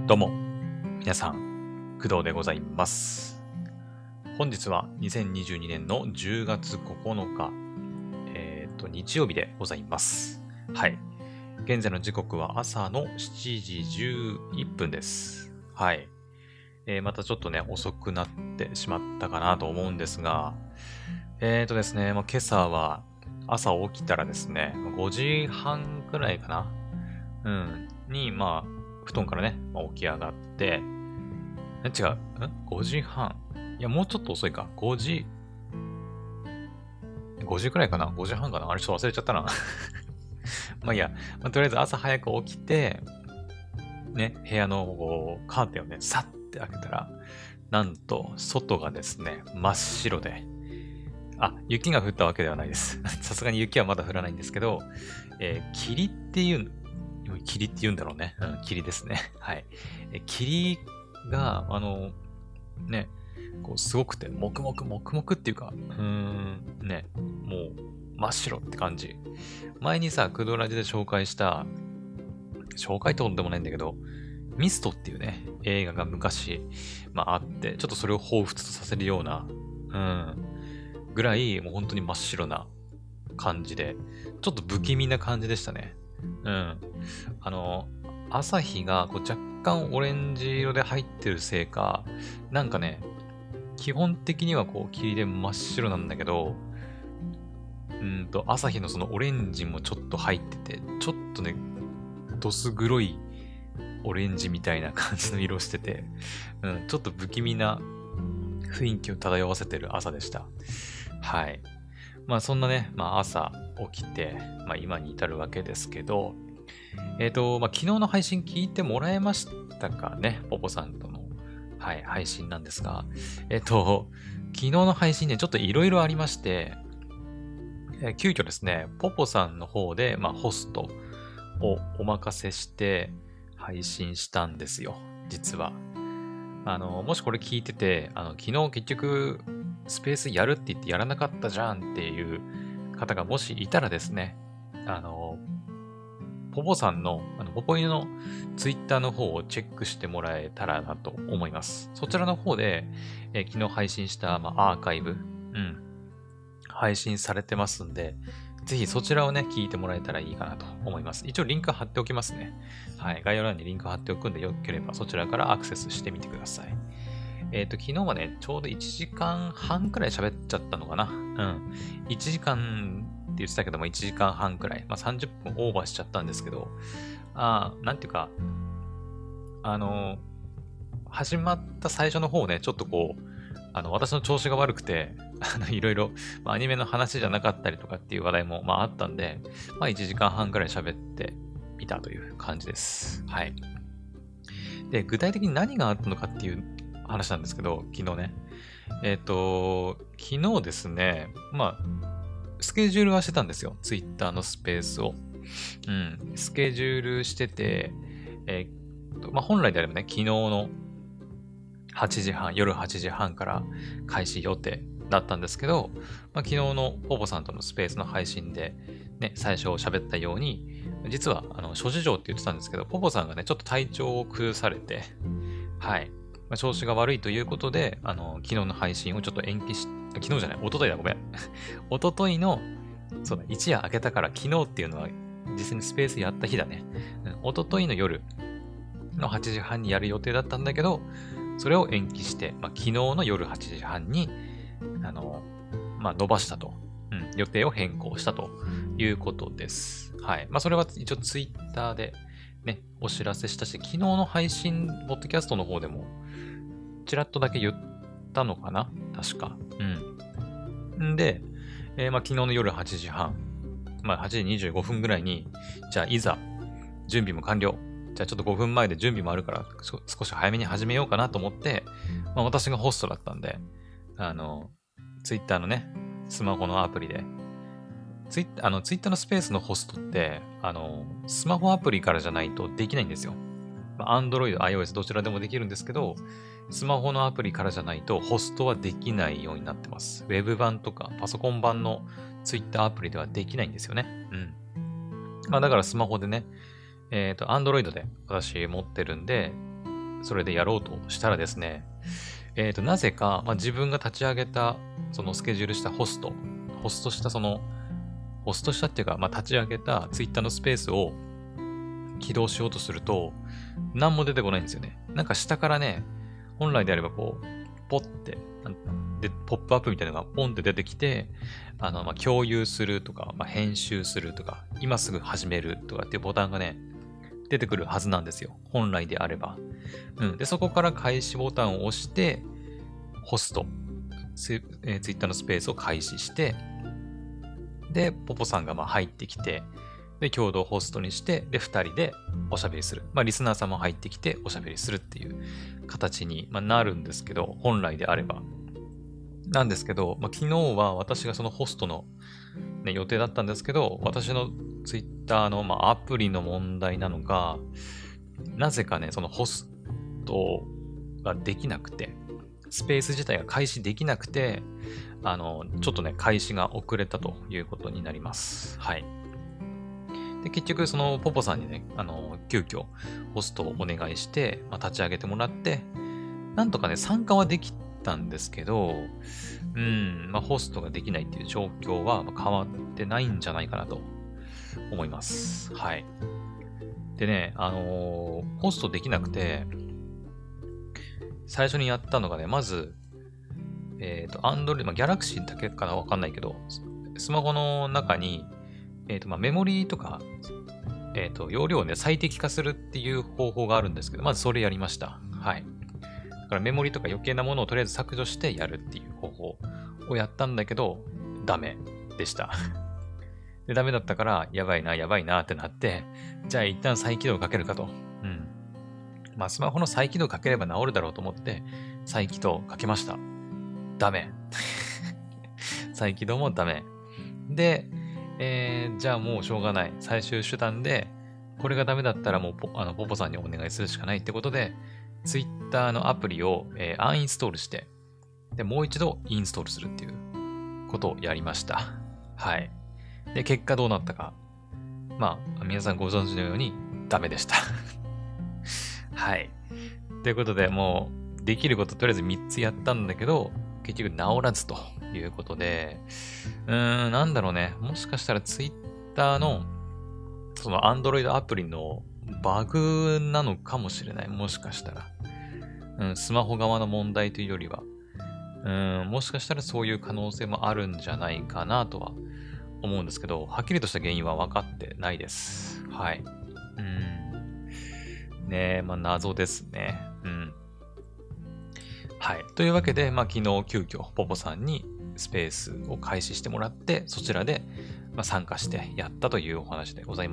どうも、皆さん、工藤でございます。本日は2022年の10月9日、日曜日でございます。はい。現在の時刻は朝の7時11分です。はい。またちょっとね、遅くなってしまったかなと思うんですが、ですね、今朝は朝起きたらですね、5時半くらいかな。に、布団からね、起き上がって、違う、5時半。いや、もうちょっと遅いか。5時くらいかな ?5 時半かなあれちょっと忘れちゃったな。まあいいや、とりあえず朝早く起きて、ね、部屋のカーテンをね、さって開けたら、なんと、外がですね、真っ白で、雪が降ったわけではないです。さすがに雪はまだ降らないんですけど、霧っていう、霧って言うんだろうね。霧ですね。はい。霧が、ね、すごくて、黙々、黙々っていうか、ね、もう、真っ白って感じ。前にさ、クドラジで紹介した、紹介ってことでもないんだけど、ミストっていうね、映画が昔、あって、ちょっとそれを彷彿とさせるような、ぐらい、もう本当に真っ白な感じで、ちょっと不気味な感じでしたね。朝日が若干オレンジ色で入ってるせいか、なんかね、基本的には霧で真っ白なんだけど、朝日のそのオレンジもちょっと入ってて、ちょっとね、どす黒いオレンジみたいな感じの色してて、ちょっと不気味な雰囲気を漂わせてる朝でした。はい。そんなね、朝起きて、今に至るわけですけど、昨日の配信聞いてもらえましたかね、ポポさんとの、はい、配信なんですが、昨日の配信ね、ちょっといろいろありまして、急遽ですね、ポポさんの方で、ホストをお任せして配信したんですよ、実は。もしこれ聞いてて、昨日結局スペースやるって言ってやらなかったじゃんっていう方がもしいたらですね、ポポさんの、ポポイヌのツイッターの方をチェックしてもらえたらなと思います。そちらの方で、昨日配信した、アーカイブ、配信されてますんで、ぜひそちらをね、聞いてもらえたらいいかなと思います。一応リンク貼っておきますね。はい。概要欄にリンク貼っておくんで、よければそちらからアクセスしてみてください。昨日はね、ちょうど1時間半くらい喋っちゃったのかな。1時間って言ってたけども、1時間半くらい。30分オーバーしちゃったんですけど、なんていうか、始まった最初の方ね、ちょっと私の調子が悪くて、いろいろ、アニメの話じゃなかったりとかっていう話題も、あったんで、1時間半くらい喋ってみたという感じです。はい。で、具体的に何があったのかっていう話なんですけど、昨日ね。昨日ですね、スケジュールはしてたんですよ。ツイッターのスペースを。スケジュールしてて、本来であればね、昨日の8時半、夜8時半から開始予定だったんですけど、昨日のポポさんとのスペースの配信で、ね、最初喋ったように、実は、諸事情って言ってたんですけど、ポポさんがね、ちょっと体調を崩されて、はい。調子が悪いということで、昨日の配信をちょっと延期し、昨日じゃない、一昨日だ、ごめん。一昨日の、そうだ、一夜明けたから昨日っていうのは、実際にスペースやった日だね。一昨日の夜の8時半にやる予定だったんだけど、それを延期して、昨日の夜8時半に、伸ばしたと。予定を変更したということです。はい。それは一応ツイッターでね、お知らせしたし、昨日の配信、ポッドキャストの方でも、ちらっとだけ言ったのかな確か。んで、昨日の夜8時半、8時25分ぐらいに、じゃあいざ、準備も完了。じゃあちょっと5分前で準備もあるから、少し早めに始めようかなと思って、私がホストだったんで、ツイッターのね、スマホのアプリで、ツイッターのスペースのホストって、スマホアプリからじゃないとできないんですよ。Android、iOS どちらでもできるんですけど、スマホのアプリからじゃないとホストはできないようになってます。ウェブ版とかパソコン版の Twitter アプリではできないんですよね。だからスマホでね、Android で私持ってるんで、 それでやろうとしたらですね、なぜか、自分が立ち上げた、そのスケジュールしたホストしたその、ホストしたっていうか、立ち上げた Twitter のスペースを起動しようとすると、何も出てこないんですよね。なんか下からね、本来であればこう、ポッて、で、ポップアップみたいなのがポンって出てきて、共有するとか、編集するとか、今すぐ始めるとかっていうボタンがね、出てくるはずなんですよ。本来であれば。で、そこから開始ボタンを押して、ホスト、Twitter のスペースを開始して、で、ポポさんが入ってきて、で、共同ホストにして、で、二人でおしゃべりする。リスナーさんも入ってきておしゃべりするっていう形に、なるんですけど、本来であれば。なんですけど、昨日は私がそのホストの、予定だったんですけど、私のツイッターの、アプリの問題なのか、なぜかね、そのホストができなくて、スペース自体が開始できなくて、ちょっとね、開始が遅れたということになります。はい。で、結局、そのポポさんにね、急遽ホストをお願いして、立ち上げてもらって、なんとかね、参加はできたんですけど、ホストができないっていう状況は変わってないんじゃないかなと思います。はい。でね、ホストできなくて、最初にやったのがね、まず、Android、Galaxy だけかなわかんないけど、スマホの中に、メモリーとか、容量をね、最適化するっていう方法があるんですけど、まずそれやりました。はい。だからメモリとか余計なものをとりあえず削除してやるっていう方法をやったんだけど、ダメでした。で、ダメだったから、やばいなってなって、じゃあ一旦再起動かけるかと。スマホの再起動かければ治るだろうと思って、再起動かけました。ダメ。再起動もダメ。で、じゃあもうしょうがない。最終手段で、これがダメだったらもうポポさんにお願いするしかないってことで、Twitter のアプリを、アンインストールして、で、もう一度インストールするっていうことをやりました。はい。で、結果どうなったか。皆さんご存知のようにダメでした。はい。ということで、もう、できることとりあえず3つやったんだけど、結局治らずということで、なんだろうね。もしかしたら Twitter の、その Android アプリのバグなのかもしれない。もしかしたら。スマホ側の問題というよりは。もしかしたらそういう可能性もあるんじゃないかなとは思うんですけど、はっきりとした原因は分かってないです。はい。ねえ、謎ですね。はい。というわけで、昨日急遽ポポさんにスペースを開始してもらって、そちらで、参加してやったというお話でございます。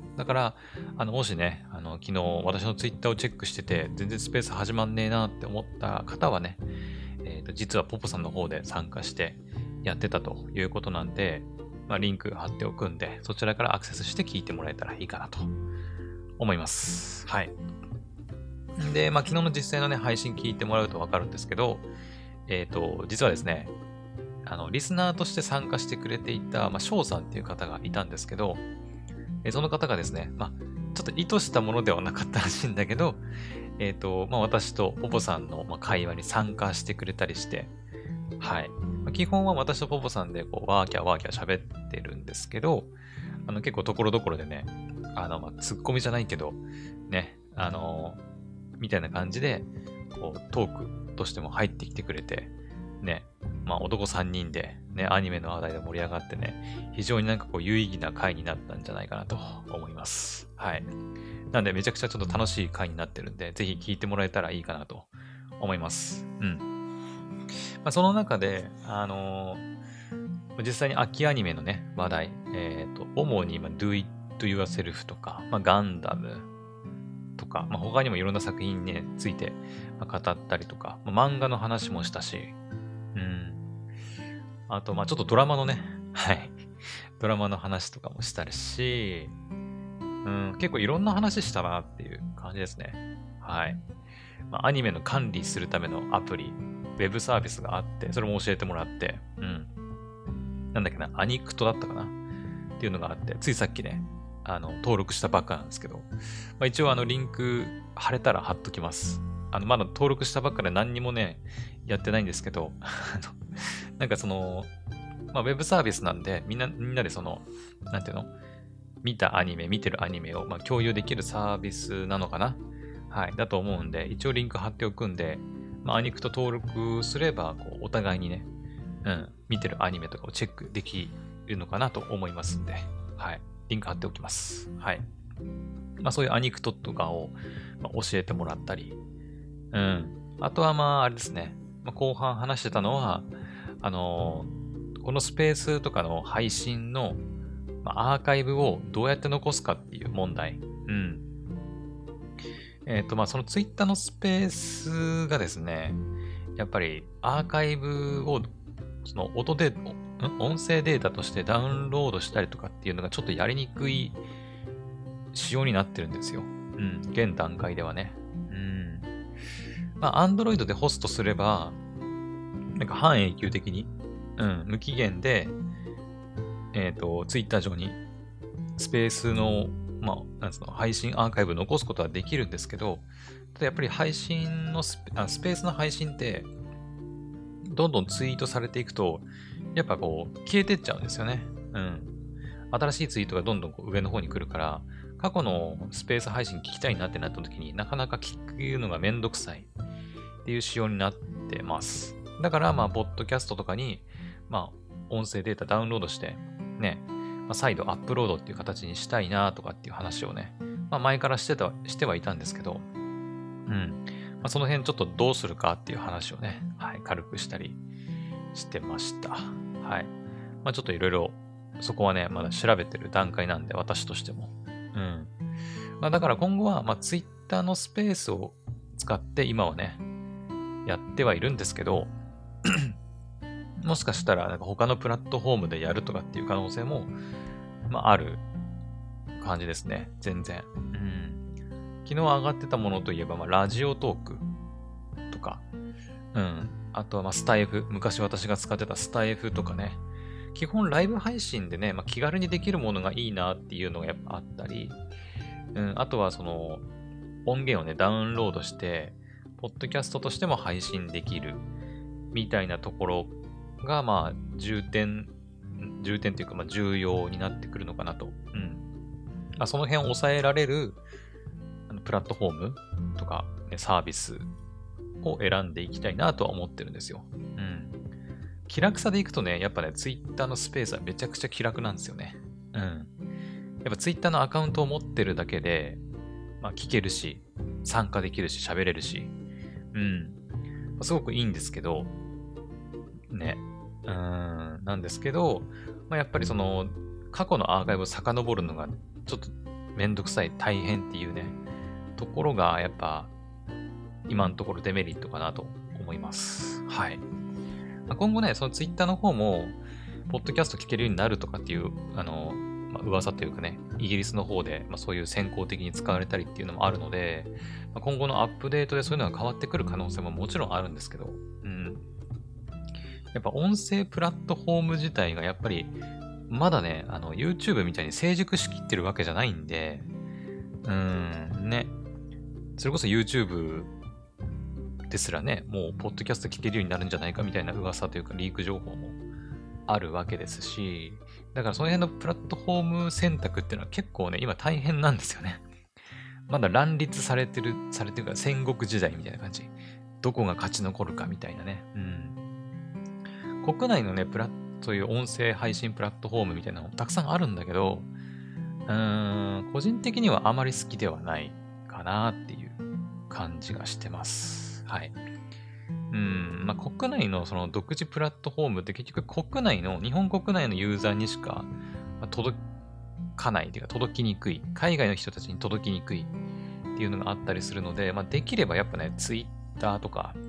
だから、もしね、昨日私のツイッターをチェックしてて、全然スペース始まんねえなって思った方はね、実はポポさんの方で参加してやってたということなんで、リンク貼っておくんで、そちらからアクセスして聞いてもらえたらいいかなと思います。はい。で、昨日の実際のね、配信聞いてもらうとわかるんですけど、実はですね、リスナーとして参加してくれていた、翔さんっていう方がいたんですけど、その方がですね、ちょっと意図したものではなかったらしいんだけど、私とポポさんの会話に参加してくれたりして、はい。基本は私とポポさんでワーキャー喋ってるんですけど、結構ところどころでね、ツッコミじゃないけど、ね、みたいな感じで、トークとしても入ってきてくれて、ね、男3人で、ね、アニメの話題で盛り上がってね、非常に有意義な回になったんじゃないかなと思います。はい。なんで、めちゃくちゃちょっと楽しい回になってるんで、ぜひ聞いてもらえたらいいかなと思います。その中で、実際に秋アニメのね、話題、主に、Do It Yourself とか、ガンダムとか、他にもいろんな作品について語ったりとか、漫画の話もしたし、あと、ちょっとドラマのね、はい、ドラマの話とかもしたりし、結構いろんな話したなっていう感じですね。はい。アニメの管理するためのアプリ、ウェブサービスがあって、それも教えてもらって、なんだっけな、アニクトだったかなっていうのがあって、ついさっきね、登録したばっかなんですけど、一応リンク貼れたら貼っときます。 まだ登録したばっかで何にもね、やってないんですけど、なんかまあ、ウェブサービスなんで、みんなでなんていうの見てるアニメを、まあ、共有できるサービスなのかな。はい。だと思うんで、一応リンク貼っておくんで、まあ、アニクと登録すれば、お互いにね、見てるアニメとかをチェックできるのかなと思いますんで、はい。リンク貼っておきます。はい。まあ、そういうアニクトとかを、まあ、教えてもらったり、あとはまあ、あれですね。まあ、後半話してたのは、このスペースとかの配信の、まあ、アーカイブをどうやって残すかっていう問題。まあ、そのツイッターのスペースがですね、やっぱりアーカイブを、その音声データとしてダウンロードしたりとかっていうのがちょっとやりにくい仕様になってるんですよ。現段階ではね。まあ、Android でホストすれば、なんか半永久的に、無期限で、Twitter 上にスペースの、まあ、なんつうの、配信アーカイブ残すことはできるんですけど、ただやっぱり配信のスペースの配信って、どんどんツイートされていくと、やっぱ消えてっちゃうんですよね。新しいツイートがどんどん上の方に来るから、過去のスペース配信聞きたいなってなった時になかなか聞くのがめんどくさいっていう仕様になってます。だから、まあ、ポッドキャストとかに、まあ、音声データダウンロードして、ね、まあ、再度アップロードっていう形にしたいなとかっていう話をね、まあ、前からしてはいたんですけど、まあ、その辺ちょっとどうするかっていう話をね、はい、軽くしたりしてました。はい。まあ、ちょっといろいろ、そこはね、まだ調べてる段階なんで、私としても。まあ、だから今後は、まあ、Twitter のスペースを使って今はね、やってはいるんですけど、もしかしたらなんか他のプラットフォームでやるとかっていう可能性も、まあ、ある感じですね。全然。昨日上がってたものといえば、まあ、ラジオトークとか、あとはまあスタイフ。昔私が使ってたスタイフとかね。基本ライブ配信でね、まあ、気軽にできるものがいいなっていうのがやっぱあったり、あとは音源をね、ダウンロードして、ポッドキャストとしても配信できるみたいなところが、まあ、重点というか、まあ、重要になってくるのかなと。まあ、その辺を抑えられるプラットフォームとか、ね、サービスを選んでいきたいなとは思ってるんですよ。気楽さでいくとね、やっぱね、ツイッターのスペースはめちゃくちゃ気楽なんですよね。やっぱツイッターのアカウントを持ってるだけで、まあ、聞けるし、参加できるし、喋れるし、すごくいいんですけど、ね。なんですけど、まあ、やっぱり過去のアーカイブを遡るのが、ちょっとめんどくさい、大変っていうね、ところが、やっぱ、今のところデメリットかなと思います。はい。まあ、今後ね、そのツイッターの方も、ポッドキャスト聞けるようになるとかっていう、まあ、噂というかね、イギリスの方で、まあ、そういう先行的に使われたりっていうのもあるので、まあ、今後のアップデートでそういうのが変わってくる可能性ももちろんあるんですけど、やっぱ音声プラットフォーム自体がやっぱり、まだね、YouTube みたいに成熟しきってるわけじゃないんで、ね。それこそ YouTube ですらね、もう、ポッドキャスト聞けるようになるんじゃないかみたいな噂というか、リーク情報もあるわけですし、だからその辺のプラットフォーム選択っていうのは結構ね、今大変なんですよね。まだ乱立されてるから戦国時代みたいな感じ。どこが勝ち残るかみたいなね。国内のね、そういう音声配信プラットフォームみたいなのもたくさんあるんだけど、個人的にはあまり好きではないかなっていう感じがしてます。はい。まあ、国内のその独自プラットフォームって結局日本国内のユーザーにしか届かないというか届きにくい、海外の人たちに届きにくいっていうのがあったりするので、まあ、できればやっぱね、ツイッターとか、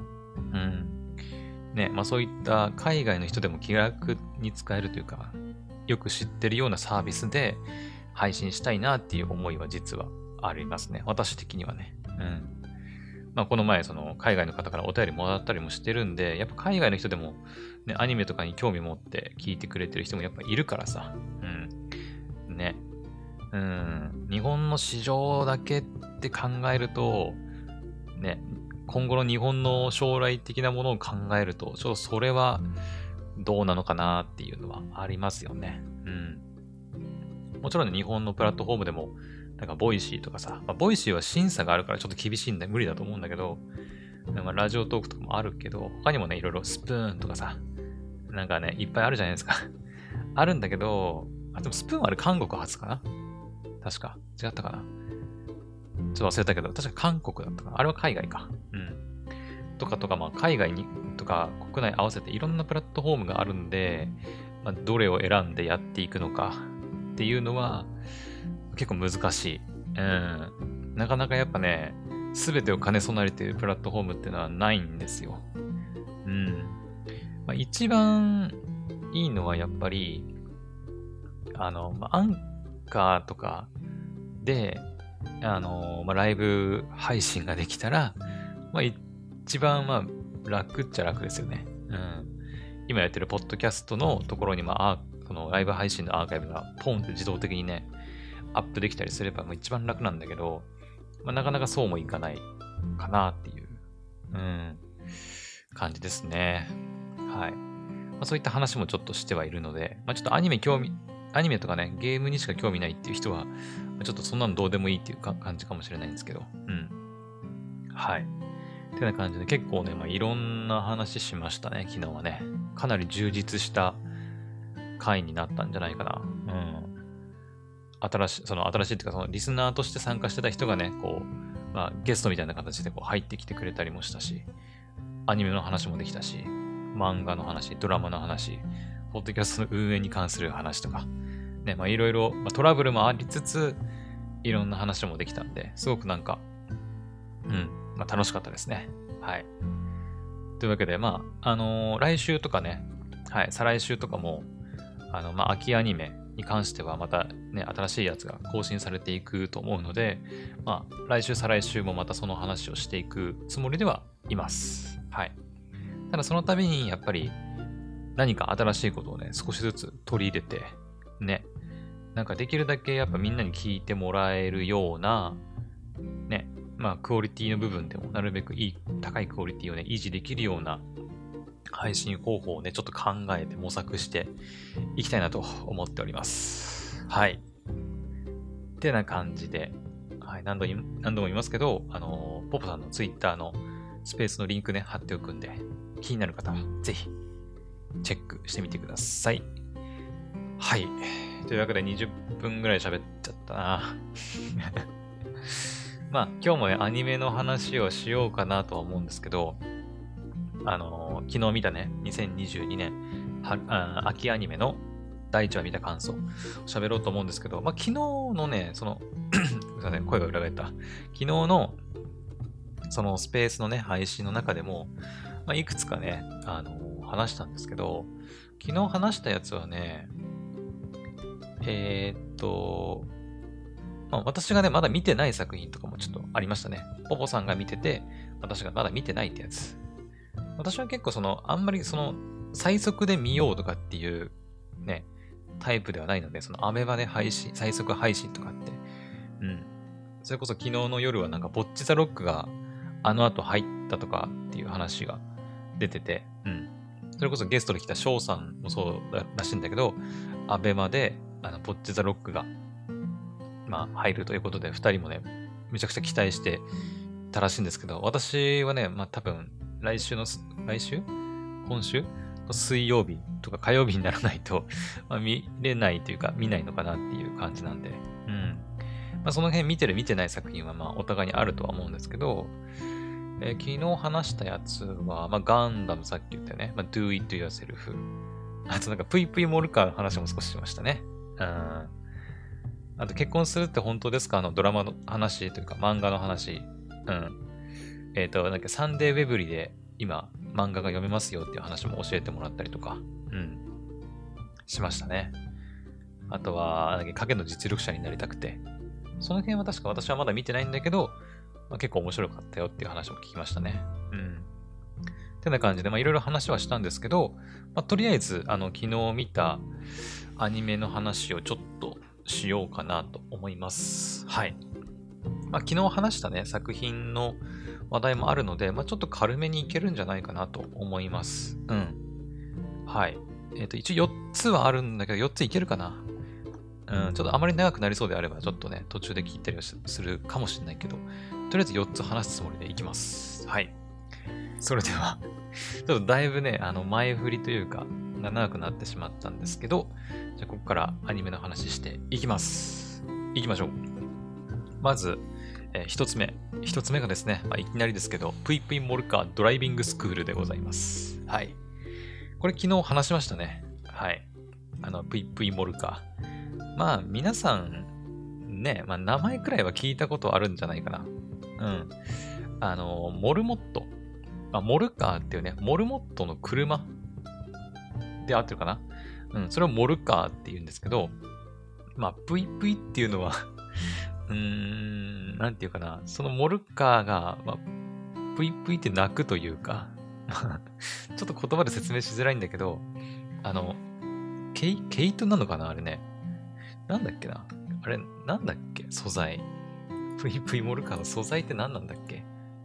ね、まあそういった海外の人でも気楽に使えるというか、よく知ってるようなサービスで配信したいなっていう思いは実はありますね。私的にはね。まあこの前、海外の方からお便りもらったりもしてるんで、やっぱ海外の人でも、ね、アニメとかに興味持って聞いてくれてる人もやっぱいるからさ。ね。日本の市場だけって考えると、 ね、今後の日本の将来的なものを考えると、ちょっとそれはどうなのかなっていうのはありますよね。うん。もちろんね、日本のプラットフォームでも、なんかボイシーとかさ、ボイシーは審査があるからちょっと厳しいんで無理だと思うんだけど、ラジオトークとかもあるけど、他にもね、いろいろスプーンとかさ、なんかね、いっぱいあるじゃないですか。あるんだけど、でもスプーンはあれ韓国発かな確か。違ったかなちょっと忘れたけど、確か韓国だったかなあれは海外か。うん。とか、海外に、とか国内合わせていろんなプラットフォームがあるんで、どれを選んでやっていくのかっていうのは結構難しい。うん。なかなかやっぱね、すべてを兼ね備えているプラットフォームっていうのはないんですよ。うん。一番いいのはやっぱり、アンカーとかで、ライブ配信ができたら、一番、楽っちゃ楽ですよね。うん。今やってるポッドキャストのところに、そのライブ配信のアーカイブがポンって自動的にね、アップできたりすれば一番楽なんだけど、なかなかそうもいかないかなっていう、感じですね。はい。そういった話もちょっとしてはいるので、ちょっとアニメとかね、ゲームにしか興味ないっていう人は、ちょっとそんなのどうでもいいっていう感じかもしれないんですけど、はい。ってな感じで結構ね、いろんな話しましたね、昨日はね。かなり充実した回になったんじゃないかな。新しいっていうか、そのリスナーとして参加してた人がね、ゲストみたいな形で入ってきてくれたりもしたし、アニメの話もできたし、漫画の話、ドラマの話、ポッドキャストの運営に関する話とか、ね、いろいろ、トラブルもありつつ、いろんな話もできたんで、すごくなんか、楽しかったですね。はい。というわけで、来週とかね、はい、再来週とかも、秋アニメに関してはまたね、新しいやつが更新されていくと思うので、来週、再来週もまたその話をしていくつもりではいます。はい。ただその度にやっぱり何か新しいことをね、少しずつ取り入れて、ね、なんかできるだけやっぱみんなに聞いてもらえるような、ね、クオリティの部分でもなるべく高いクオリティをね、維持できるような配信方法をね、ちょっと考えて模索していきたいなと思っております。はい。ってな感じで、はい、何度も言いますけど、ポポさんのツイッターのスペースのリンクね、貼っておくんで、気になる方はぜひチェックしてみてください。はい。というわけで20分ぐらい喋っちゃったな。今日もね、アニメの話をしようかなとは思うんですけど、昨日見たね、2022年秋アニメの第1話見た感想を喋ろうと思うんですけど、昨日のね、すいません、声が裏返った。昨日のそのスペースのね、配信の中でも、いくつかね、話したんですけど、昨日話したやつはね、私がね、まだ見てない作品とかもちょっとありましたね。ポポさんが見てて、私がまだ見てないってやつ。私は結構あんまり最速で見ようとかっていうね、タイプではないので、アメバで最速配信とかって、それこそ昨日の夜はなんか、ボッチザロックがあの後入ったとかっていう話が出てて、それこそゲストで来た翔さんもそうらしいんだけど、アベマで、ボッチザロックが、入るということで、二人もね、めちゃくちゃ期待してたらしいんですけど、私はね、多分、今週の水曜日とか火曜日にならないと、見れないというか、見ないのかなっていう感じなんで、その辺見てる見てない作品はお互いにあるとは思うんですけど、昨日話したやつは、ガンダムさっき言ったよね。Do It Yourself。あとなんか、ぷいぷいモルカーの話も少ししましたね。あと、結婚するって本当ですかドラマの話というか、漫画の話。なんか、サンデーウェブリで今、漫画が読めますよっていう話も教えてもらったりとか、しましたね。あとは、影の実力者になりたくて。その辺は確か私はまだ見てないんだけど、結構面白かったよっていう話を聞きましたね。ってな感じで、いろいろ話はしたんですけど、とりあえず、昨日見たアニメの話をちょっとしようかなと思います。はい。 まあ、昨日話したね、作品の話題もあるので、まあ、ちょっと軽めにいけるんじゃないかなと思います。うん。はい。一応4つはあるんだけど、4ついけるかな。うん、ちょっとあまり長くなりそうであれば、ちょっとね、途中で聞いたりはするかもしれないけど、とりあえず4つ話すつもりでいきます。はい。それではちょっとだいぶね、前振りというか、長くなってしまったんですけど、じゃあここからアニメの話していきます。いきましょう。まず、一つ目。一つ目がですね、まあ、いきなりですけど、ぷいぷいモルカードライビングスクールでございます。はい。これ昨日話しましたね。はい。ぷいぷいモルカー。まあ、皆さん、ね、まあ、名前くらいは聞いたことあるんじゃないかな。うん。モルモット。モルカーっていうね、モルモットの車で合ってるかな。うん、それをモルカーって言うんですけど、まあ、ぷいぷいっていうのはなんていうかな、そのモルカーが、まあ、ぷいぷいって鳴くというか、ちょっと言葉で説明しづらいんだけど、あの、毛糸なのかなあれね。なんだっけなあれ、なんだっけ素材。ぷいぷいモルカーの素材って何なんだっけ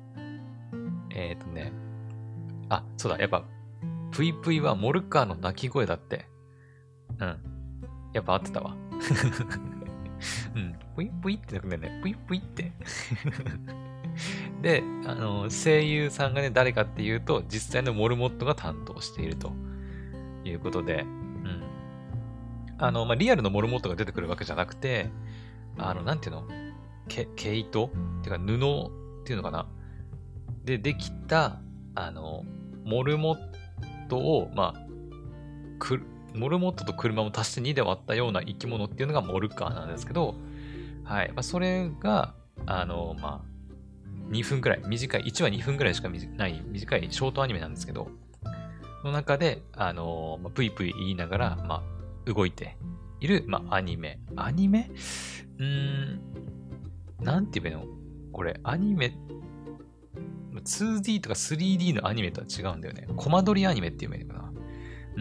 ね。そうだ、やっぱ、ぷいぷいはモルカーの鳴き声だって。うん。やっぱ合ってたわ。うん。ぷいぷいって鳴くんだよね。ぷいぷいって。で、声優さんがね、誰かっていうと、実際のモルモットが担当しているということで、うん。まあ、リアルのモルモットが出てくるわけじゃなくて、なんていうの毛糸っていうか布っていうのかなでできた、モルモットを、まあ、モルモットと車も足して2で割ったような生き物っていうのがモルカーなんですけど、はい。まあ、それが、まあ、2分くらい、短い、1話2分くらいしかない、短いショートアニメなんですけど、の中で、まあ、ぷいぷい言いながら、まあ、動いている、まあ、アニメ。アニメなんて言えばいいのこれ、アニメ、2D とか 3D のアニメとは違うんだよね。コマ撮りアニメって言えばいいのかな。うん。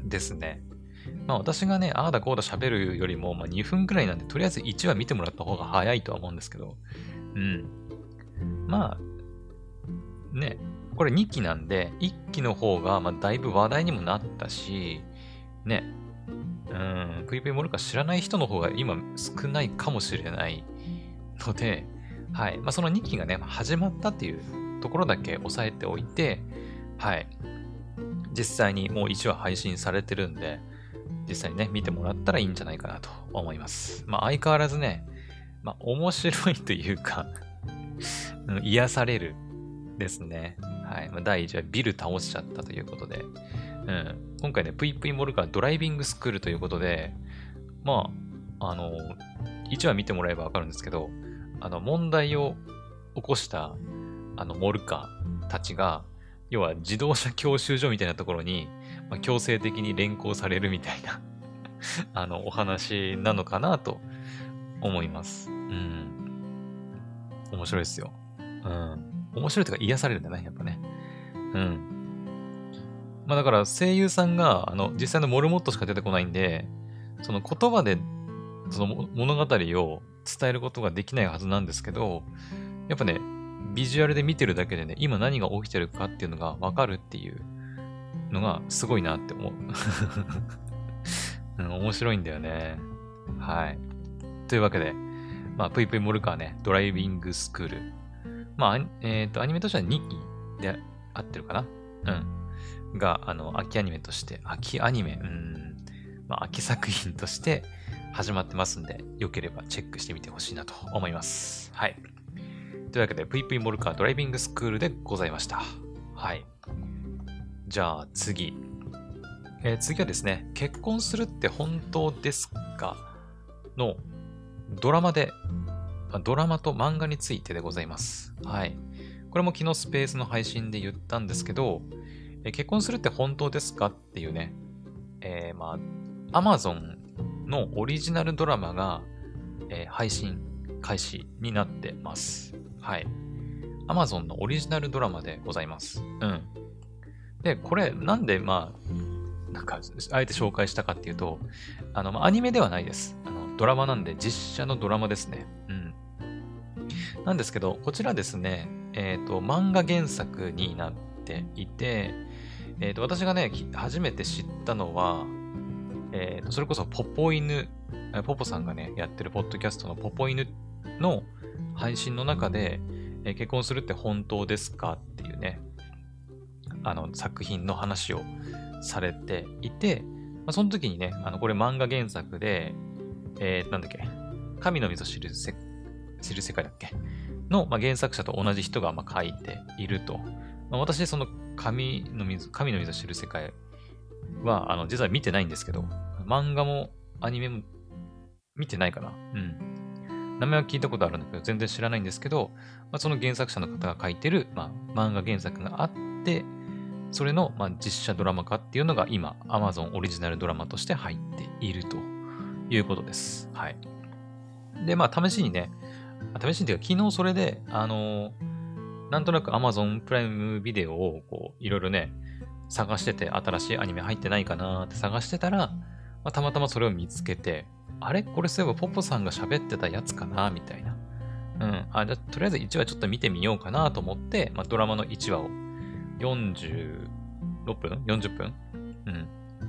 ですね。まあ私がね、ああだこうだ喋るよりも、まあ2分くらいなんで、とりあえず1話見てもらった方が早いとは思うんですけど、うん。まあ、ね、これ2期なんで、1期の方が、まあだいぶ話題にもなったし、ね、ぷいぷいモルカ知らない人の方が今少ないかもしれないので、はい。まあその2期がね、始まったっていうところだけ押さえておいて、はい。実際にもう1話配信されてるんで、実際にね、見てもらったらいいんじゃないかなと思います。まあ相変わらずね、まあ面白いというか癒されるですね。はい。まあ、第1話ビル倒しちゃったということで、今回ね、ぷいぷいモルカードライビングスクールということで、まあ、1話見てもらえばわかるんですけど、問題を起こした、モルカーたちが、要は自動車教習所みたいなところに、まあ、強制的に連行されるみたいなお話なのかなと思います。うん。面白いですよ。うん。面白いというか癒されるんだね、やっぱね。うん。まあだから声優さんが、実際のモルモットしか出てこないんで、その言葉で、その物語を伝えることができないはずなんですけど、やっぱね、ビジュアルで見てるだけでね、今何が起きてるかっていうのがわかるっていうのがすごいなって思う。うん、面白いんだよね。はい。というわけで、まあ、ぷいぷいモルカーね、ドライビングスクール。まあ、アニメとしては2期で合ってるかなうん。が、秋アニメとして、秋アニメ、まあ、秋作品として始まってますんで、よければチェックしてみてほしいなと思います。はい。というわけで、ぷいぷいモルカードライビングスクールでございました。はい。じゃあ次。次はですね、結婚するって本当ですかのドラマと漫画についてでございます。はい。これも昨日スペースの配信で言ったんですけど、結婚するって本当ですかっていうね、まあ、Amazon のオリジナルドラマが、配信開始になってます。はい。Amazon のオリジナルドラマでございます。うん。で、これ、なんで、まあ、なんか、あえて紹介したかっていうと、まあ、アニメではないです。ドラマなんで、実写のドラマですね。うん。 なんですけど、こちらですね、漫画原作になっていて、私がね、初めて知ったのは、それこそポポ犬、ポポさんがね、やってるポッドキャストのポポ犬の配信の中で、結婚するって本当ですかっていうね、作品の話をされていて、まあ、その時にね、これ漫画原作で、なんだっけ、神の水を知る世界だっけの、まあ、原作者と同じ人がまあ書いていると。まあ、私、その神の水を知る世界は、実は見てないんですけど、漫画もアニメも見てないかな。うん。名前は聞いたことあるんだけど、全然知らないんですけど、まあ、その原作者の方が書いてる、まあ、漫画原作があって、それの、まあ、実写ドラマ化っていうのが今、Amazon オリジナルドラマとして入っているということです。はい。で、まあ、試しにね、試しにっていうか、昨日それで、なんとなく Amazon プライムビデオを、こう、いろいろね、探してて、新しいアニメ入ってないかなって探してたら、まあ、たまたまそれを見つけて、あれこれそういえばポポさんが喋ってたやつかなみたいな。うん。あ、じゃあ、とりあえず1話ちょっと見てみようかなと思って、まあ、ドラマの1話を46分 ?40 分うん。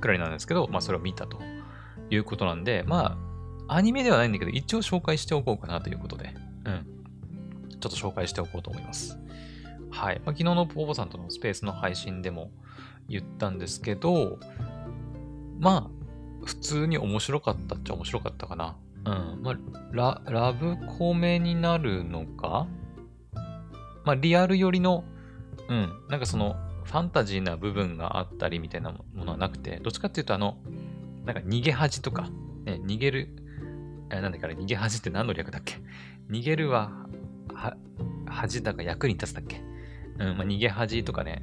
くらいなんですけど、まあ、それを見たということなんで、まあ、アニメではないんだけど、一応紹介しておこうかなということで、うん。ちょっと紹介しておこうと思います。はい。まあ、昨日のポポさんとのスペースの配信でも言ったんですけど、まあ、普通に面白かったっちゃ面白かったかな。うん。まあ、ラブコメになるのかまあ、リアル寄りの、うん。なんかその、ファンタジーな部分があったりみたいなものはなくて、どっちかっていうとなんか逃げ恥とか、ね、逃げる、なんだっけあれ、逃げ恥って何の略だっけ逃げるは、恥だか役に立つだっけうん、まあ、逃げ恥とかね、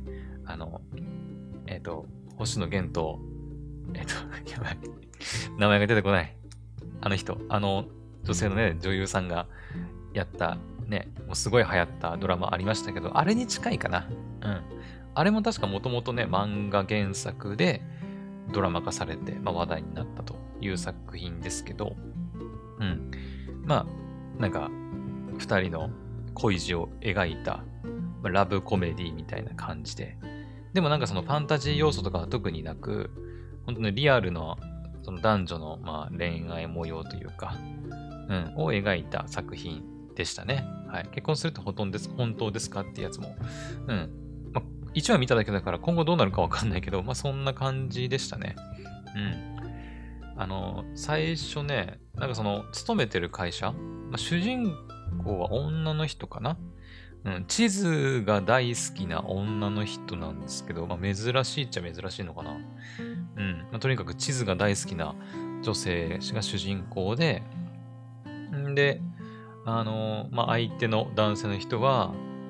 星野源と、やばい。名前が出てこない。あの人、女性のね、女優さんがやったね、もうすごい流行ったドラマありましたけど、あれに近いかな。うん。あれも確かもともとね、漫画原作でドラマ化されて、まあ、話題になったという作品ですけど、うん。まあ、なんか、二人の恋路を描いた、まあラブコメディみたいな感じで、でもなんかそのファンタジー要素とかは特になく、本当にリアルのその男女のまあ恋愛模様というか、を描いた作品でしたね。はい。結婚するって本当ですかってやつも。うん。まあ、1話見ただけだから今後どうなるかわかんないけど、まあそんな感じでしたね。うん。最初ね、なんかその、勤めてる会社、まあ、主人公は女の人かなうん、地図が大好きな女の人なんですけど、まあ、珍しいっちゃ珍しいのかな。うん。まあ、とにかく地図が大好きな女性が主人公で、んで、まあ、相手の男性の人は、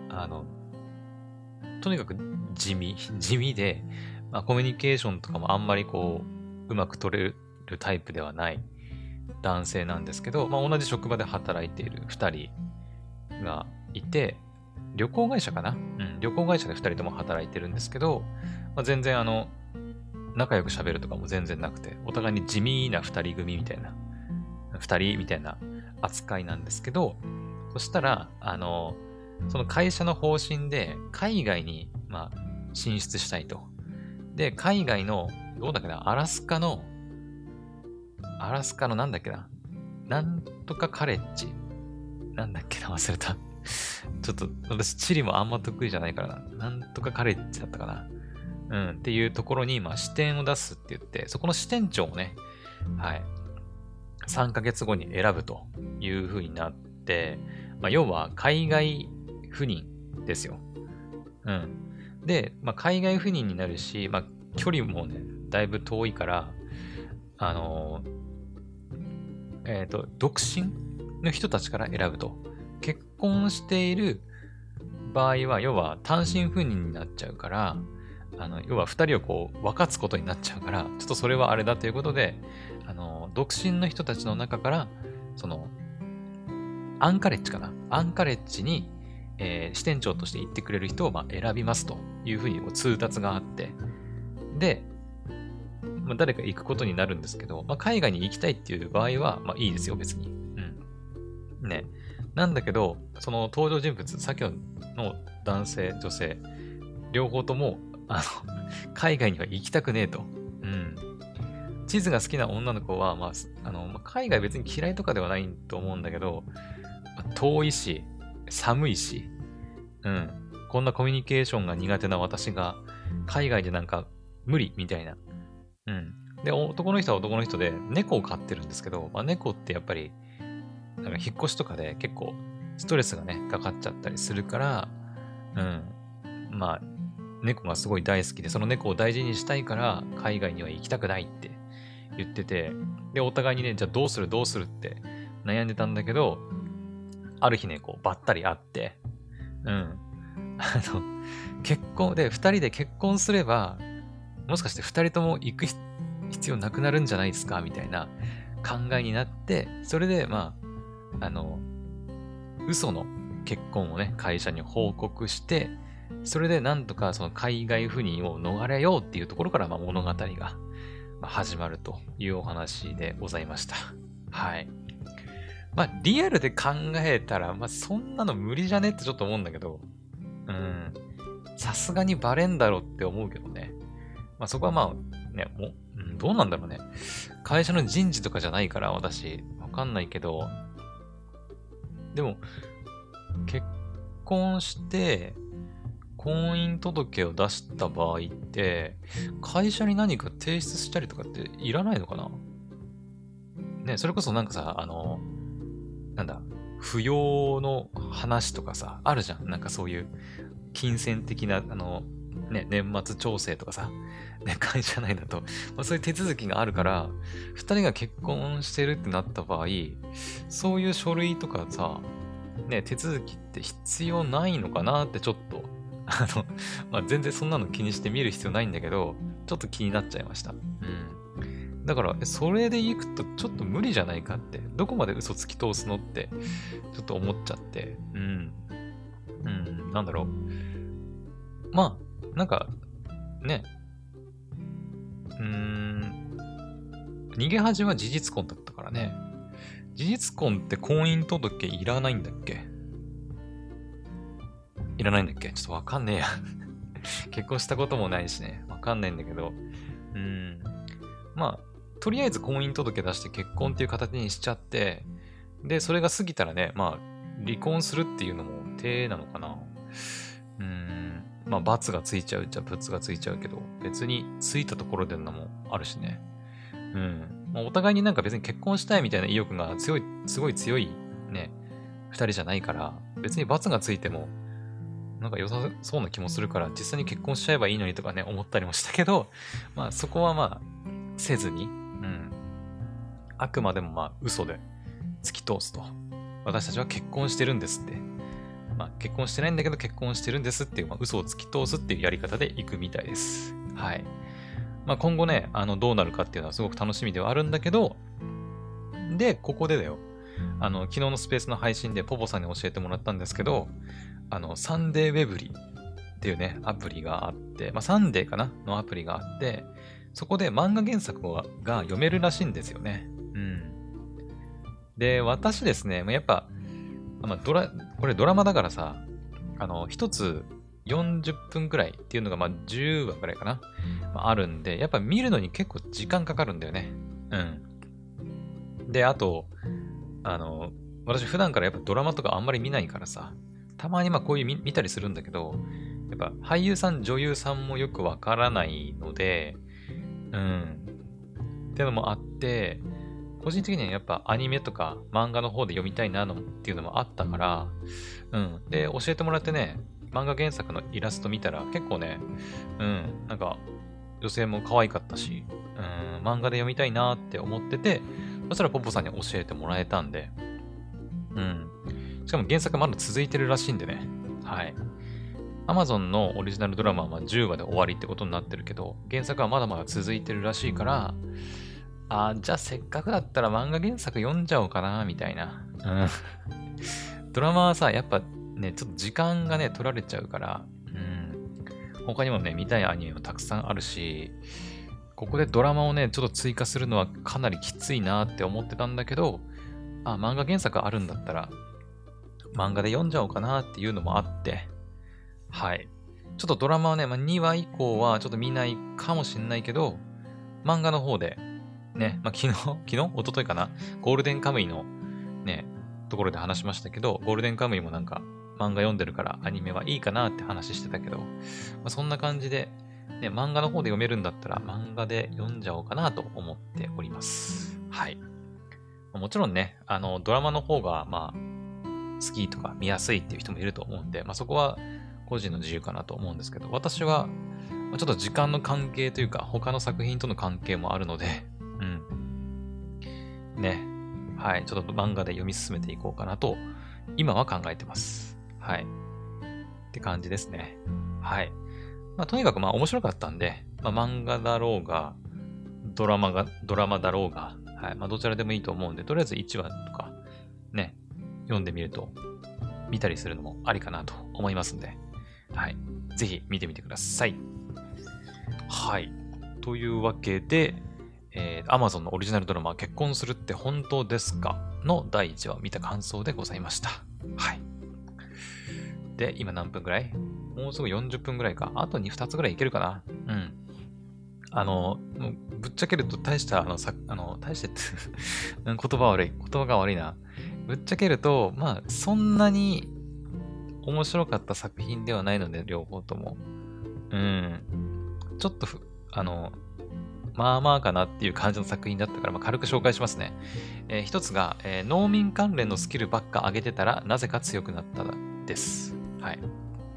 とにかく地味で、まあ、コミュニケーションとかもあんまりこう、うまく取れるタイプではない男性なんですけど、まあ、同じ職場で働いている二人がいて、旅行会社かな旅行会社で二人とも働いてるんですけど、まあ、全然仲良く喋るとかも全然なくて、お互いに地味な二人組みたいな、二人みたいな扱いなんですけど、そしたら、その会社の方針で海外に、まあ、進出したいと。で、海外の、どうだっけな、アラスカのなんだっけな、なんとかカレッジ。なんだっけな、忘れた。ちょっと、私、地理もあんま得意じゃないからな。なんとかカレッジだったかな。っていうところに、まあ、支店を出すって言って、そこの支店長をね、はい、3ヶ月後に選ぶという風になって、まあ、要は、海外赴任ですよ。で、まあ、海外赴任になるし、まあ、距離もね、だいぶ遠いから、独身の人たちから選ぶと。結婚している場合は、要は単身赴任になっちゃうから、要は二人をこう分かつことになっちゃうから、ちょっとそれはあれだということで、独身の人たちの中から、その、アンカレッジかな。アンカレッジに、支店長として行ってくれる人をまあ選びますというふうにこう通達があって、で、まあ、誰か行くことになるんですけど、まあ、海外に行きたいっていう場合は、まあいいですよ、別に。ね。 なんだけど、その登場人物、さっきの男性、女性、両方とも、海外には行きたくねえと。うん。地図が好きな女の子は、海外別に嫌いとかではないと思うんだけど、遠いし、寒いし、うん。こんなコミュニケーションが苦手な私が、海外でなんか無理みたいな。うん。で、男の人は男の人で猫を飼ってるんですけど、猫ってやっぱり、なんか引っ越しとかで結構ストレスがね、かかっちゃったりするから、うん。まあ、猫がすごい大好きで、その猫を大事にしたいから、海外には行きたくないって言ってて、で、お互いにね、じゃあどうするって悩んでたんだけど、ある日ね、こう、ばったり会って、うん。結婚で、二人で結婚すれば、もしかして二人とも行く必要なくなるんじゃないですかみたいな考えになって、それで、嘘の結婚をね、会社に報告して、それでなんとかその海外赴任を逃れようっていうところから、物語が始まるというお話でございました。はい。リアルで考えたら、そんなの無理じゃねってちょっと思うんだけど、うん。さすがにバレんだろって思うけどね。そこはね、どうなんだろうね。会社の人事とかじゃないから、私、わかんないけど、でも、結婚して、婚姻届を出した場合って、会社に何か提出したりとかっていらないのかなね、それこそなんかさ、なんだ、扶養の話とかさ、あるじゃん。なんかそういう金銭的な、ね、年末調整とかさ、ね、会社内だと、そういう手続きがあるから、二人が結婚してるってなった場合、そういう書類とかさ、ね、手続きって必要ないのかなってちょっと、全然そんなの気にして見る必要ないんだけど、ちょっと気になっちゃいました。うん。だから、それで行くとちょっと無理じゃないかって、どこまで嘘つき通すのって、ちょっと思っちゃって、うん。うん、なんだろう。なんか、ね、逃げ恥は事実婚だったからね。事実婚って婚姻届いらないんだっけいらないんだっけちょっとわかんねえや。結婚したこともないしね。わかんないんだけど。とりあえず婚姻届出して結婚っていう形にしちゃって、で、それが過ぎたらね、離婚するっていうのも手なのかな。罰がついちゃうっちゃ罰がついちゃうけど、別についたところでのもあるしね。お互いになんか別に結婚したいみたいな意欲が強い、すごい強いね、二人じゃないから、別に罰がついても、なんか良さそうな気もするから、実際に結婚しちゃえばいいのにとかね、思ったりもしたけど、そこはせずに、あくまでも嘘で突き通すと。私たちは結婚してるんですって。結婚してないんだけど結婚してるんですっていう、嘘を突き通すっていうやり方でいくみたいです。はい。今後ね、どうなるかっていうのはすごく楽しみではあるんだけど、で、ここでだよ。昨日のスペースの配信でポポさんに教えてもらったんですけど、サンデーウェブリっていうね、アプリがあって、サンデーかなのアプリがあって、そこで漫画原作が読めるらしいんですよね。で、私ですね、やっぱ、これドラマだからさ、一つ40分くらいっていうのが、10話くらいかな、あるんで、やっぱ見るのに結構時間かかるんだよね。で、あと、私普段からやっぱドラマとかあんまり見ないからさ、たまにこういう見たりするんだけど、やっぱ俳優さん、女優さんもよくわからないので、っていうのもあって、個人的にはやっぱアニメとか漫画の方で読みたいなっていうのもあったから、で、教えてもらってね、漫画原作のイラスト見たら結構ね、なんか女性も可愛かったし、漫画で読みたいなって思ってて、そしたらポポさんに教えてもらえたんで、しかも原作まだ続いてるらしいんでね、はい。Amazon のオリジナルドラマは10話で終わりってことになってるけど、原作はまだまだ続いてるらしいから、じゃあせっかくだったら漫画原作読んじゃおうかな、みたいな。ドラマはさ、やっぱね、ちょっと時間がね、取られちゃうから、他にもね、見たいアニメもたくさんあるし、ここでドラマをね、ちょっと追加するのはかなりきついなって思ってたんだけど、漫画原作あるんだったら、 漫画で読んじゃおうかなっていうのもあって、はい。ちょっとドラマはね、2話以降はちょっと見ないかもしんないけど、漫画の方で、ね、昨日一昨日かな、ゴールデンカムイのね、ところで話しましたけど、ゴールデンカムイもなんか漫画読んでるからアニメはいいかなって話してたけど、そんな感じで、ね、漫画の方で読めるんだったら漫画で読んじゃおうかなと思っております。はい。もちろんね、ドラマの方が、好きとか見やすいっていう人もいると思うんで、そこは個人の自由かなと思うんですけど、私は、ちょっと時間の関係というか、他の作品との関係もあるので、うん。ね。はい。ちょっと漫画で読み進めていこうかなと、今は考えてます。はい。って感じですね。はい。とにかく面白かったんで、漫画だろうが、ドラマだろうが、はい。どちらでもいいと思うんで、とりあえず1話とか、ね、読んでみると、見たりするのもありかなと思いますんで、はい。ぜひ見てみてください。はい。というわけで、Amazon のオリジナルドラマ、結婚するって本当ですかの第1話を見た感想でございました。はい。で、今何分ぐらい？もうすぐ40分ぐらいか。あと2つぐらいいけるかな。うん。もうぶっちゃけると大した、大してって言葉が悪いな。ぶっちゃけると、そんなに面白かった作品ではないので、両方とも。うん。ちょっとまあまあかなっていう感じの作品だったから、軽く紹介しますね。一つが、農民関連のスキルばっか上げてたらなぜか強くなったです。はい。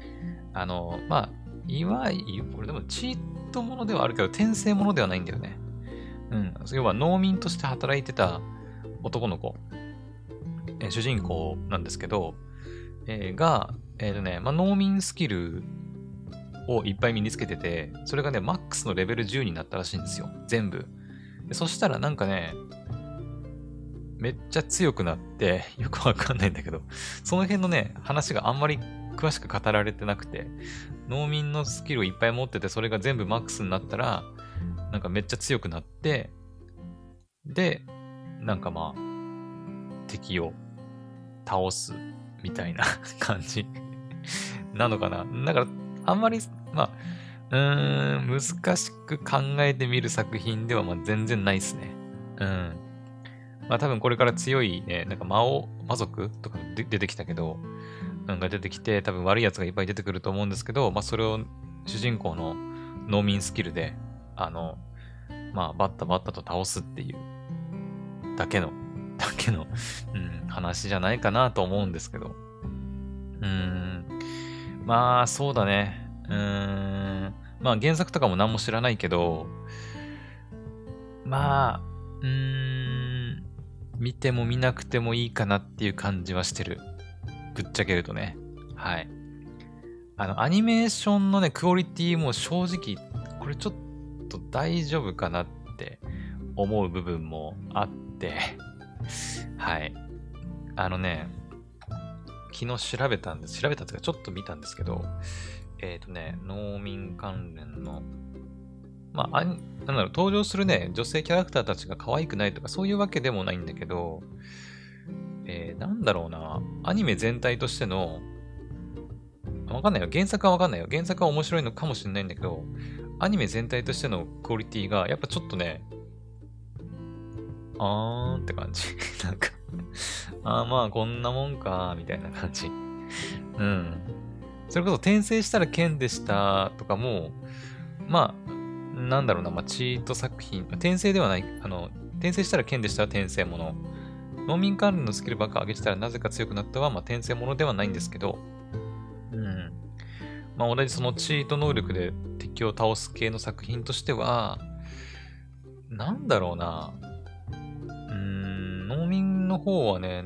いわゆる、これでもチートものではあるけど、転生ものではないんだよね。うん。要は農民として働いてた男の子、主人公なんですけど、が、農民スキルをいっぱい身につけてて、それがね、マックスのレベル10になったらしいんですよ。全部。そしたらなんかね、めっちゃ強くなって、よくわかんないんだけど、その辺のね、話があんまり詳しく語られてなくて、農民のスキルをいっぱい持ってて、それが全部マックスになったら、なんかめっちゃ強くなって、で、なんか敵を倒すみたいな感じなのかな。だから、あんまり、難しく考えてみる作品では全然ないですね。うん。多分これから強いね、なんか魔族とか出てきたけど、なんか出てきて、多分悪い奴がいっぱい出てくると思うんですけど、それを主人公の農民スキルで、バッタバッタと倒すっていうだけの、話じゃないかなと思うんですけど。そうだね。原作とかも何も知らないけど、見ても見なくてもいいかなっていう感じはしてる。ぶっちゃけるとね。はい。アニメーションのね、クオリティも正直、これちょっと大丈夫かなって思う部分もあって、はい。昨日調べたっていうかちょっと見たんですけど、農民関連の、登場するね、女性キャラクターたちが可愛くないとかそういうわけでもないんだけど、アニメ全体としての、わかんないよ。原作はわかんないよ。原作は面白いのかもしれないんだけど、アニメ全体としてのクオリティが、やっぱちょっとね、あーんって感じ。なんかこんなもんか、みたいな感じ。うん。それこそ転生したら剣でしたとかも、チート作品、転生ではない、転生したら剣でしたら転生もの。農民関連のスキルばっか上げてたらなぜか強くなったは、転生ものではないんですけど、うん。同じそのチート能力で敵を倒す系の作品としては、農民の方はね、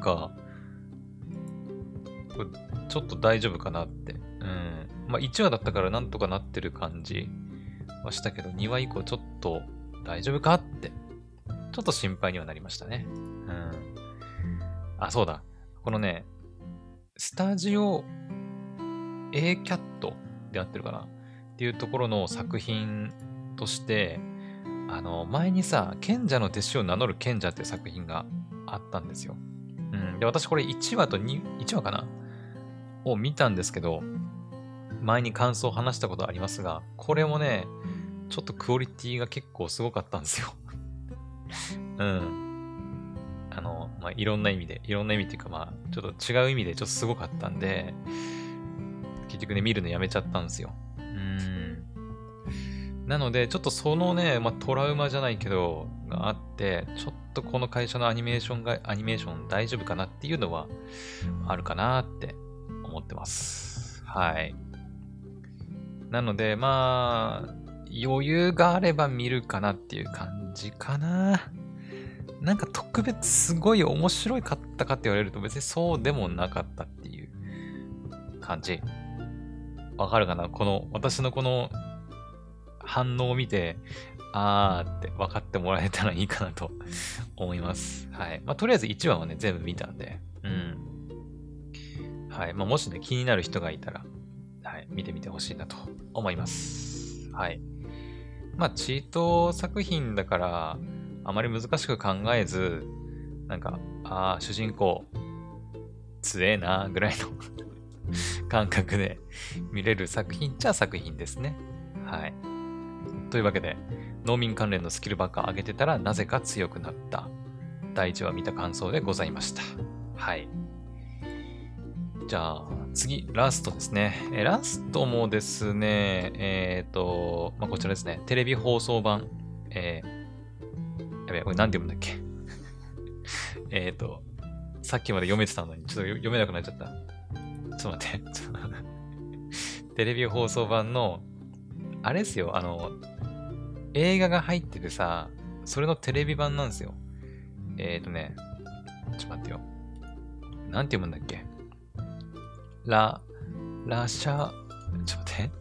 これちょっと大丈夫かなって。1話だったからなんとかなってる感じはしたけど、2話以降ちょっと大丈夫かって、ちょっと心配にはなりましたね。そうだ。このね、スタジオ A キャットであってるかなっていうところの作品として、前にさ、賢者の弟子を名乗る賢者っていう作品があったんですよ。 うん。で、私これ1話と1話かなを見たんですけど、前に感想を話したことありますが、これもね、ちょっとクオリティが結構すごかったんですよ。うん。いろんな意味で、いろんな意味っていうか、ちょっと違う意味でちょっとすごかったんで、結局ね、見るのやめちゃったんですよ。なので、ちょっとそのね、トラウマじゃないけど、があって、ちょっとこの会社のアニメーション大丈夫かなっていうのは、あるかなって思ってます。はい。なので、余裕があれば見るかなっていう感じかな。なんか特別すごい面白かったかって言われると別にそうでもなかったっていう感じ。わかるかな私のこの反応を見て、あーって分かってもらえたらいいかなと思います。はい。とりあえず1話はね、全部見たんで、うん。はい。もしね、気になる人がいたら、はい、見てみてほしいなと思います。はい。チート作品だから、あまり難しく考えず、なんか、主人公、強えな、ぐらいの感覚で見れる作品っちゃ作品ですね。はい。というわけで、農民関連のスキルばっか上げてたらなぜか強くなった。第1話見た感想でございました。はい。じゃあ、次、ラストですね。ラストもですね、こちらですね。テレビ放送版。やべえ、これなんて読むんだっけ。さっきまで読めてたのに、ちょっと読めなくなっちゃった。ちょっと待って。テレビ放送版の、あれですよ、映画が入っててさ、それのテレビ版なんですよ。ちょっと待ってよ。なんて読むんだっけ。ラシャ、ちょっと待って。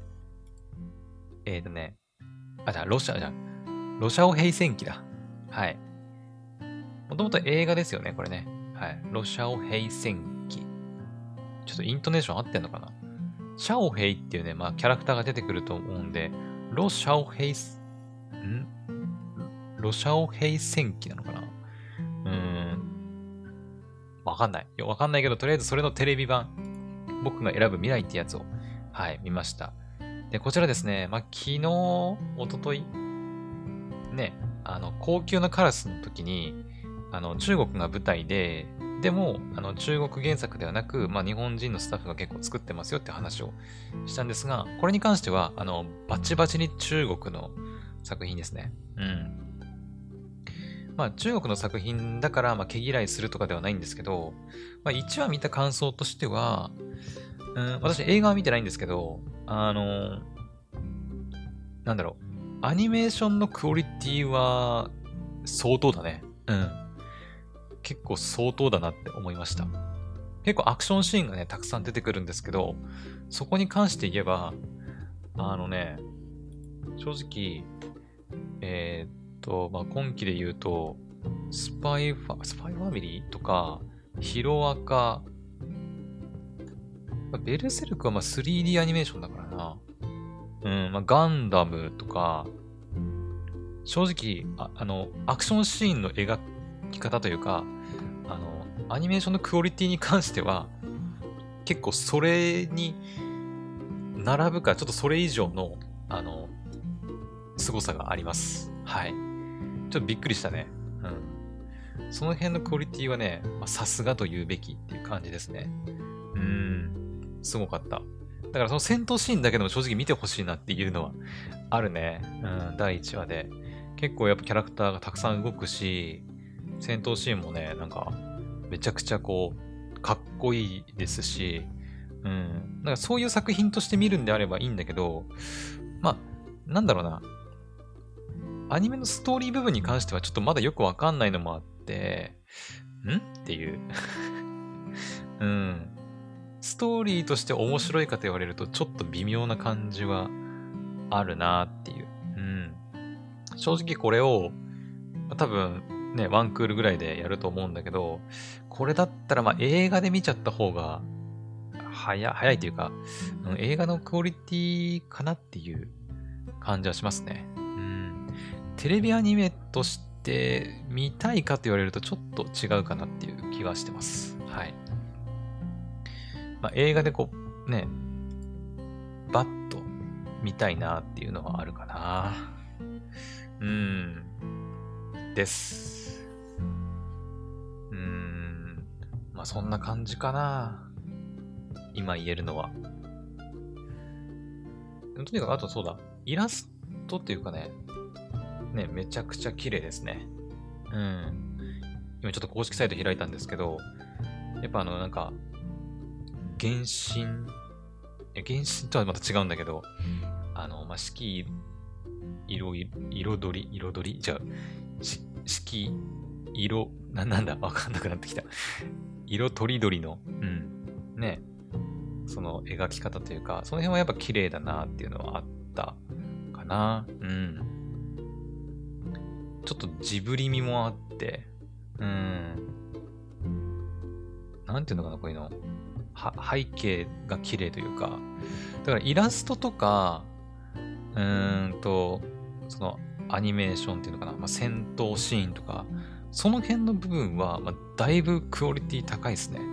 ロシャオ平戦記だ。はい。もともと映画ですよね、これね。はい。ロシャオ平戦記。ちょっとイントネーション合ってんのかな。シャオヘイっていうね、キャラクターが出てくると思うんで、ロシャオヘイ戦記なのかな。わかんない。わかんないけど、とりあえずそれのテレビ版、僕が選ぶ未来ってやつを、はい、見ました。で、こちらですね、昨日、一昨日ね、高級なカラスの時に、中国が舞台で、でも、中国原作ではなく、日本人のスタッフが結構作ってますよって話をしたんですが、これに関しては、バチバチに中国の作品ですね。うん。中国の作品だから、毛嫌いするとかではないんですけど、1話見た感想としては、私映画は見てないんですけど、なんだろう、アニメーションのクオリティは相当だね。うん。結構相当だなって思いました。結構アクションシーンがね、たくさん出てくるんですけど、そこに関して言えば、正直、今期で言うと、スパイファミリーとか、ヒロアカ、ベルセルクは3D アニメーションだからな。ガンダムとか、正直、アクションシーンの描き方というか、アニメーションのクオリティに関しては、結構それに並ぶか、ちょっとそれ以上の、凄さがあります。はい。ちょっとびっくりしたね。その辺のクオリティはね、さすがと言うべきっていう感じですね。すごかった。だからその戦闘シーンだけでも正直見てほしいなっていうのはあるね。第1話で。結構やっぱキャラクターがたくさん動くし、戦闘シーンもね、なんか、めちゃくちゃかっこいいですし、なんかそういう作品として見るんであればいいんだけど、なんだろうな。アニメのストーリー部分に関してはちょっとまだよくわかんないのもあって、っていう。ストーリーとして面白いかと言われるとちょっと微妙な感じはあるなっていう。正直これを、多分ね、ワンクールぐらいでやると思うんだけど、これだったら映画で見ちゃった方が早いというか、映画のクオリティかなっていう感じはしますね。テレビアニメとしてみたいかと言われるとちょっと違うかなっていう気はしてます。はい。まあ、映画でこう、ね、バッと見たいなっていうのはあるかな。です。まあそんな感じかな。今言えるのは。とにかく、あとそうだ。イラストっていうかね、めちゃくちゃ綺麗ですね。今ちょっと公式サイト開いたんですけど、やっぱなんか、原神とはまた違うんだけど、まあ、四季彩りじゃあ、四季なんだわかんなくなってきた。色とりどりの、ね、その描き方というか、その辺はやっぱ綺麗だなっていうのはあったかな。ちょっとジブリ味もあって、なんていうのかな、こういうの。背景が綺麗というか、だからイラストとか、そのアニメーションっていうのかな、まあ、戦闘シーンとか、その辺の部分は、まあ、だいぶクオリティ高いですね。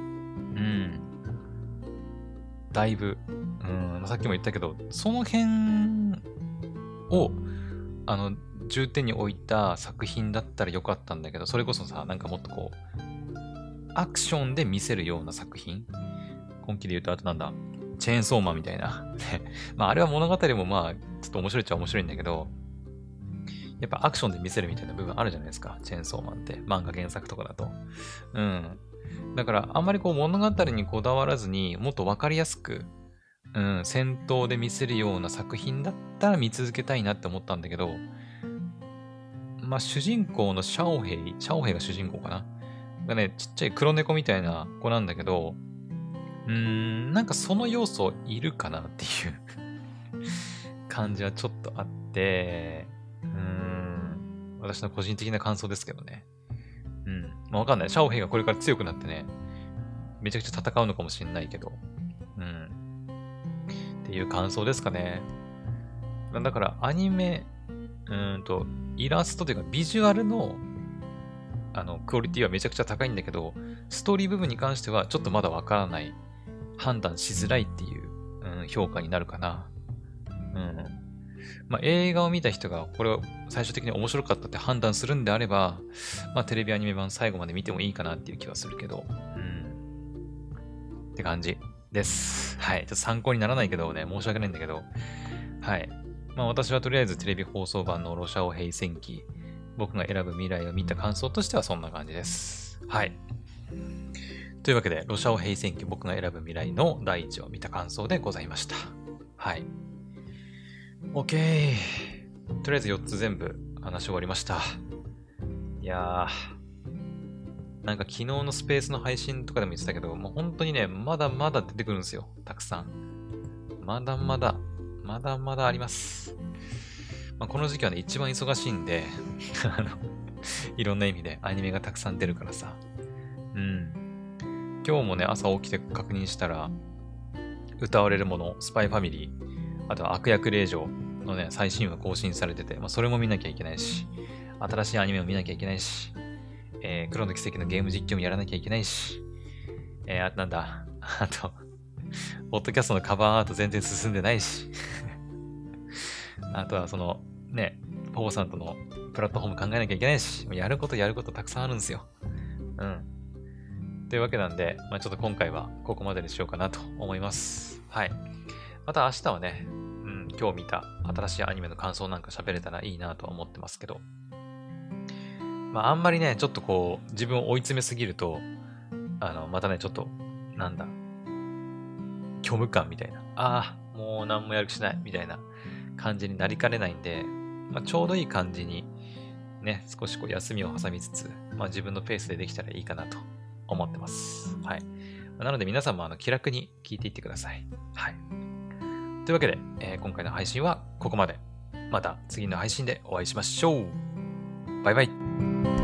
だいぶ。さっきも言ったけど、その辺を、重点に置いた作品だったらよかったんだけど、それこそさ、なんかもっとこう、アクションで見せるような作品。今期で言うと、あとなんだ、チェーンソーマンみたいな。まあ、あれは物語もまあ、ちょっと面白いっちゃ面白いんだけど、やっぱアクションで見せるみたいな部分あるじゃないですか。チェーンソーマンって。漫画原作とかだと。だから、あんまりこう物語にこだわらずにもっとわかりやすく、戦闘で見せるような作品だったら見続けたいなって思ったんだけど、まあ主人公のシャオヘイが主人公かな。がね、ちっちゃい黒猫みたいな子なんだけど、なんかその要素いるかなっていう感じはちょっとあって、私の個人的な感想ですけどね。まあわかんない。シャオヘイがこれから強くなってね、めちゃくちゃ戦うのかもしれないけど、っていう感想ですかね。だからアニメ、イラストというかビジュアルのクオリティはめちゃくちゃ高いんだけど、ストーリー部分に関してはちょっとまだわからない、判断しづらいっていう、評価になるかな。まあ、映画を見た人がこれを最終的に面白かったって判断するんであれば、まあ、テレビアニメ版最後まで見てもいいかなっていう気はするけど、って感じです。はい。ちょっと参考にならないけどね、申し訳ないんだけど、はい。まあ、私はとりあえずテレビ放送版のロシアオヘイ戦記、僕が選ぶ未来を見た感想としてはそんな感じです。はい。というわけで、ロシアオヘイ戦記、僕が選ぶ未来の第一話を見た感想でございました。はい。OK。とりあえず4つ全部話終わりました。いやー、なんか昨日のスペースの配信とかでも言ってたけど、もう本当にね、まだまだ出てくるんですよ。たくさん。まだまだあります。まあ、この時期はね、一番忙しいんで、いろんな意味でアニメがたくさん出るからさ。今日もね、朝起きて確認したら、歌われるもの、スパイファミリー、あとは悪役令嬢のね、最新話更新されてて、まあ、それも見なきゃいけないし、新しいアニメも見なきゃいけないし、黒の奇跡のゲーム実況もやらなきゃいけないし、あとなんだ、あと、ポッドキャストのカバーアート全然進んでないし、あとはその、ね、ポポさんとのプラットフォーム考えなきゃいけないし、やることたくさんあるんですよ。というわけなんで、まあ、ちょっと今回はここまでにしようかなと思います。はい。また明日はね、今日見た新しいアニメの感想なんか喋れたらいいなとは思ってますけど、まああんまりね、ちょっとこう、自分を追い詰めすぎると、またね、ちょっと、なんだ、虚無感みたいな、もう何もやる気しない、みたいな感じになりかねないんで、まあちょうどいい感じに、ね、少しこう休みを挟みつつ、まあ自分のペースでできたらいいかなと思ってます。はい。なので皆さんも気楽に聞いていってください。はい。というわけで、今回の配信はここまで。また次の配信でお会いしましょう。バイバイ。